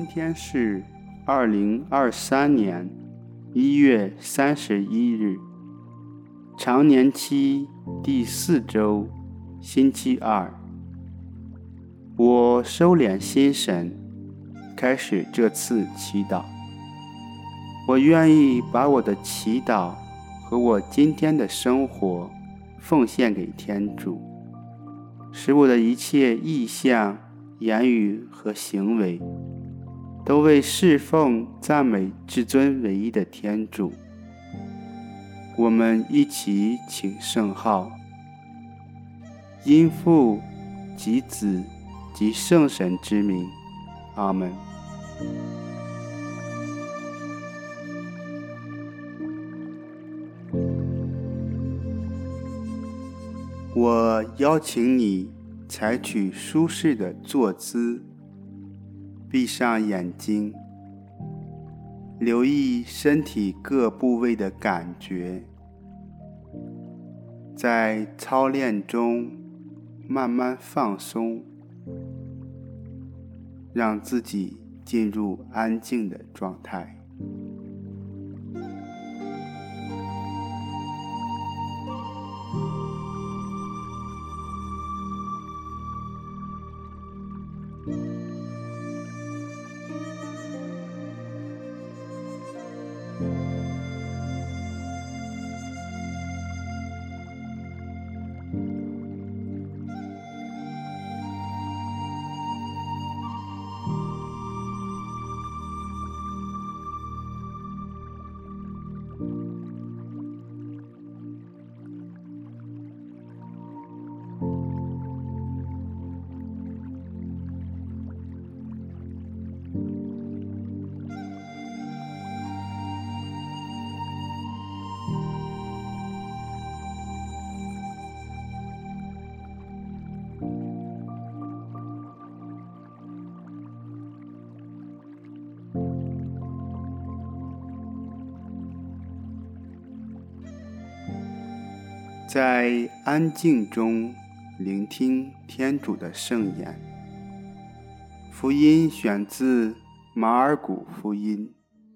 天是2023年1月31日，常年期第4周，星期二。我收敛心神，开始这次祈祷。我愿意把我的祈祷和我今天的生活奉献给天主，使我的一切意向、言语和行为都为侍奉、赞美至尊唯一的天主。我们一起请圣号，因父及子及圣神之名，阿们。我邀请你采取舒适的坐姿，闭上眼睛，留意身体各部位的感觉，在操练中慢慢放松，让自己进入安静的状态。在安静中聆听天主的圣言。福音选自马尔谷福音。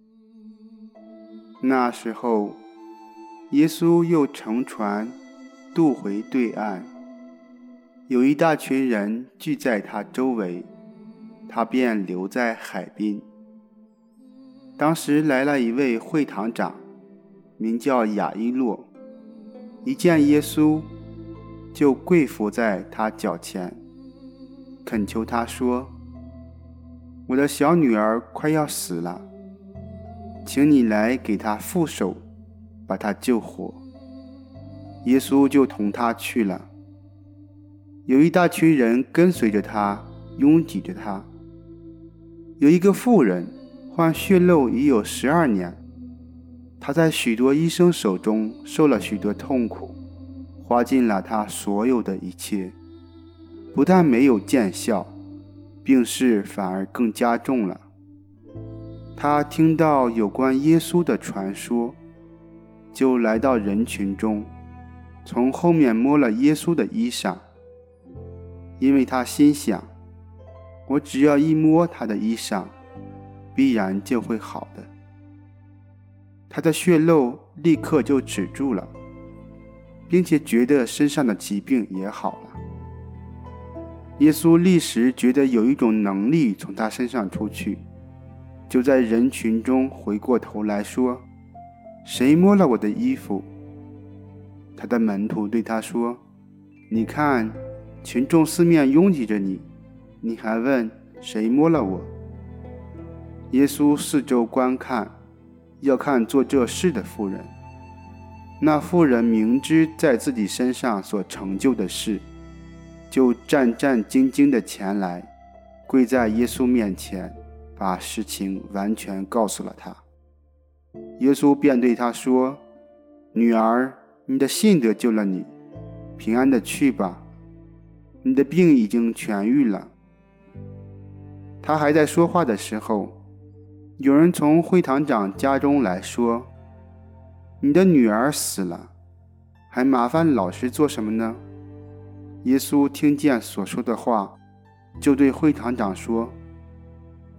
那时候，耶稣又乘船渡回对岸，有一大群人聚在他周围，他便留在海滨。当时来了一位会堂长，名叫雅伊洛，一见耶稣，就跪伏在他脚前，恳求他说：“我的小女儿快要死了，请你来给她覆手，把她救活。”耶稣就同他去了。有一大群人跟随着他，拥挤着他。有一个妇人患血漏已有12年，他在许多医生手中受了许多痛苦，花尽了他所有的一切，不但没有见效，病势反而更加重了。他听到有关耶稣的传说，就来到人群中，从后面摸了耶稣的衣裳，因为他心想，我只要一摸他的衣裳，必然就会好的。他的血漏立刻就止住了，并且觉得身上的疾病也好了。耶稣立时觉得有一种能力从他身上出去，就在人群中回过头来说：“谁摸了我的衣服？”他的门徒对他说：“你看，群众四面拥挤着你，你还问谁摸了我？”耶稣四周观看，要看做这事的妇人。那妇人明知在自己身上所成就的事，就战战兢兢地前来，跪在耶稣面前，把事情完全告诉了他。耶稣便对他说：“女儿，你的信得救了你，平安地去吧，你的病已经痊愈了。”他还在说话的时候，有人从会堂长家中来说：“你的女儿死了，还麻烦老师做什么呢？”耶稣听见所说的话，就对会堂长说：“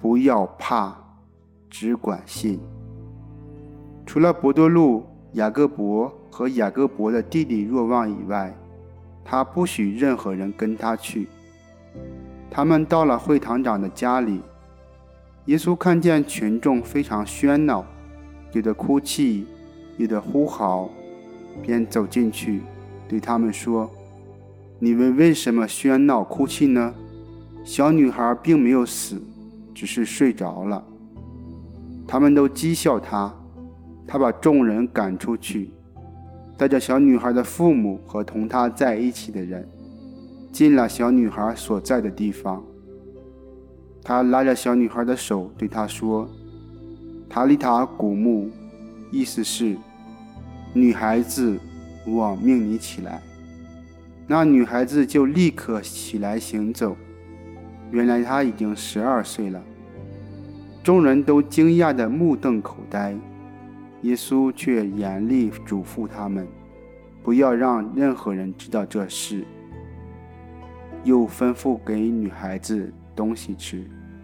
不要怕，只管信。除了伯多禄、雅各伯和雅各伯的弟弟若望以外，他不许任何人跟他去。他们到了会堂长的家里，耶稣看见群众非常喧闹，有的哭泣，有的呼嚎，便走进去，对他们说：“你们为什么喧闹哭泣呢？小女孩并没有死，只是睡着了。”他们都讥笑他。他把众人赶出去，带着小女孩的父母和同她在一起的人，进了小女孩所在的地方。他拉着小女孩的手，对她说：“塔利塔古木”，意思是：“女孩子，我命你起来。”那女孩子就立刻起来行走。原来她已经12岁了。众人都惊讶得目瞪口呆。耶稣却严厉嘱咐他们，不要让任何人知道这事，又吩咐给女孩子东西吃。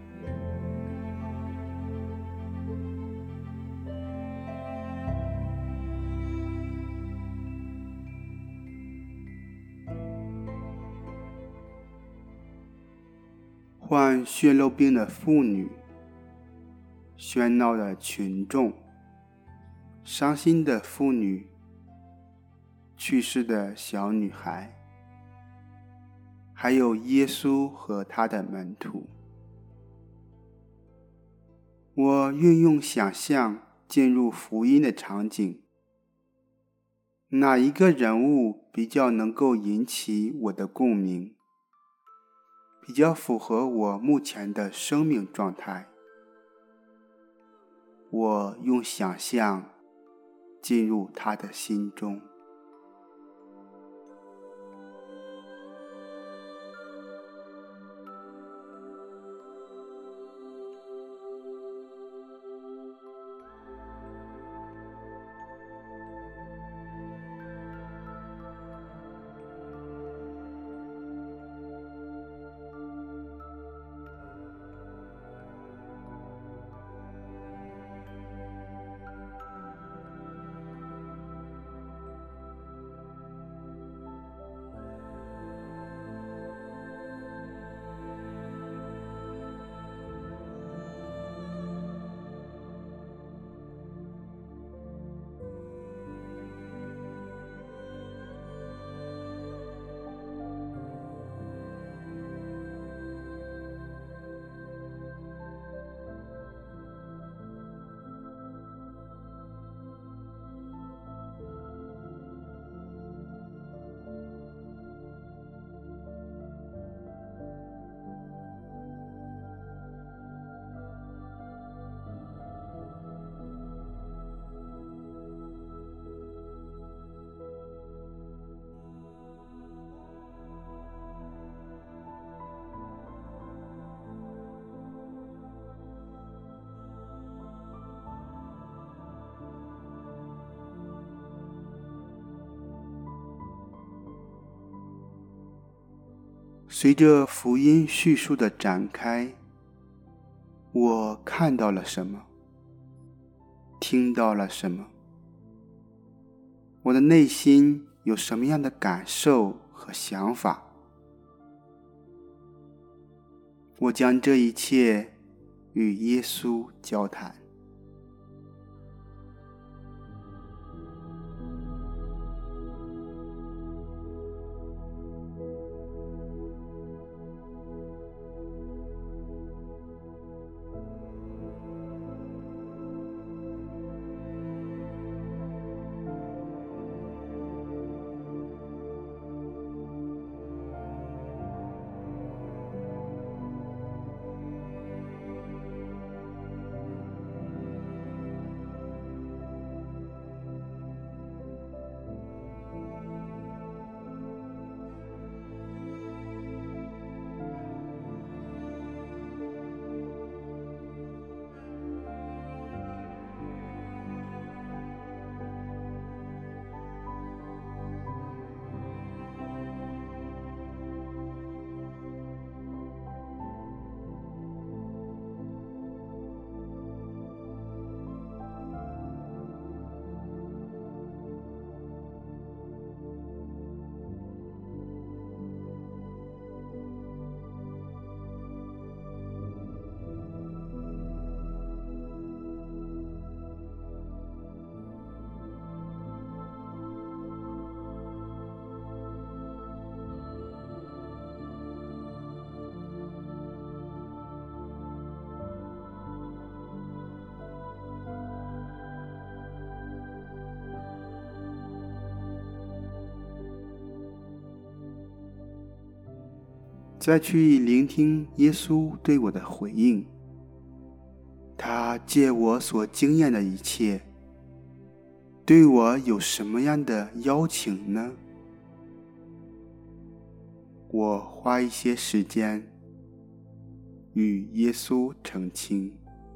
患血漏病的妇女，喧闹的群众，伤心的妇女，去世的小女孩，还有耶稣和他的门徒。我运用想象进入福音的场景，哪一个人物比较能够引起我的共鸣，比较符合我目前的生命状态？我用想象进入他的心中。随着福音叙述的展开，我看到了什么？听到了什么？我的内心有什么样的感受和想法？我将这一切与耶稣交谈。 再去聆听耶稣对我的回应。他借我所经验的一切，对我有什么样的邀请呢？我花一些时间与耶稣澄清。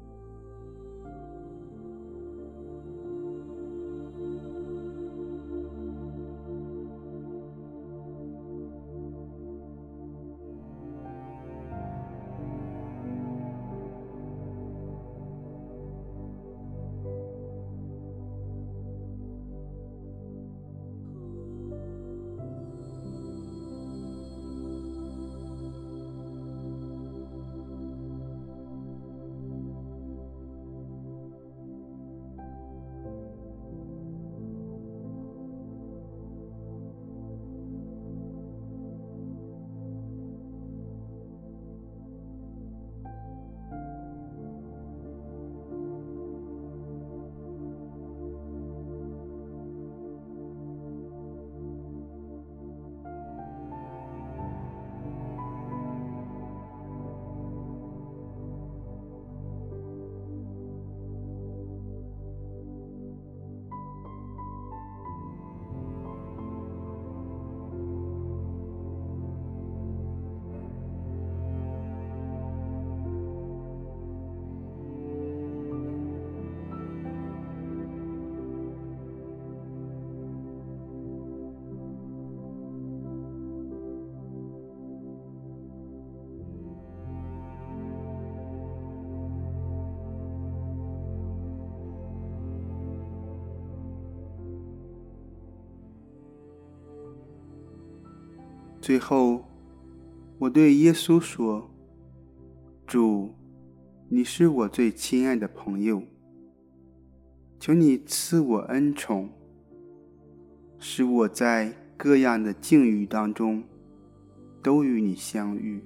最后，我对耶稣说：主，你是我最亲爱的朋友，求你赐我恩宠，使我在各样的境遇当中都与你相遇。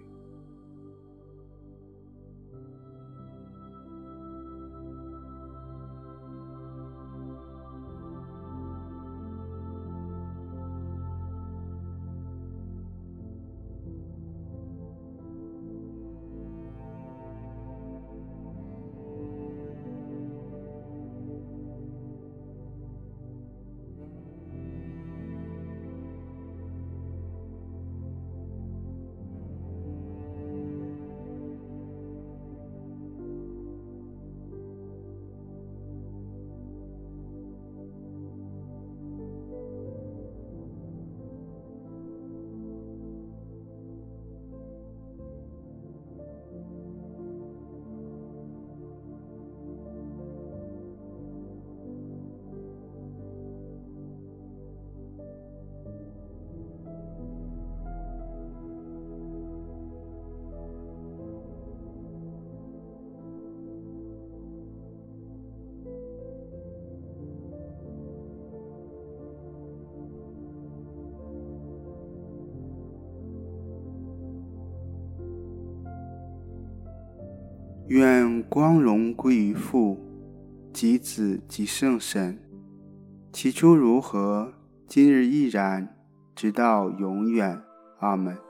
愿光荣归于父、及子、及圣神，起初如何，今日亦然，直到永远。阿们。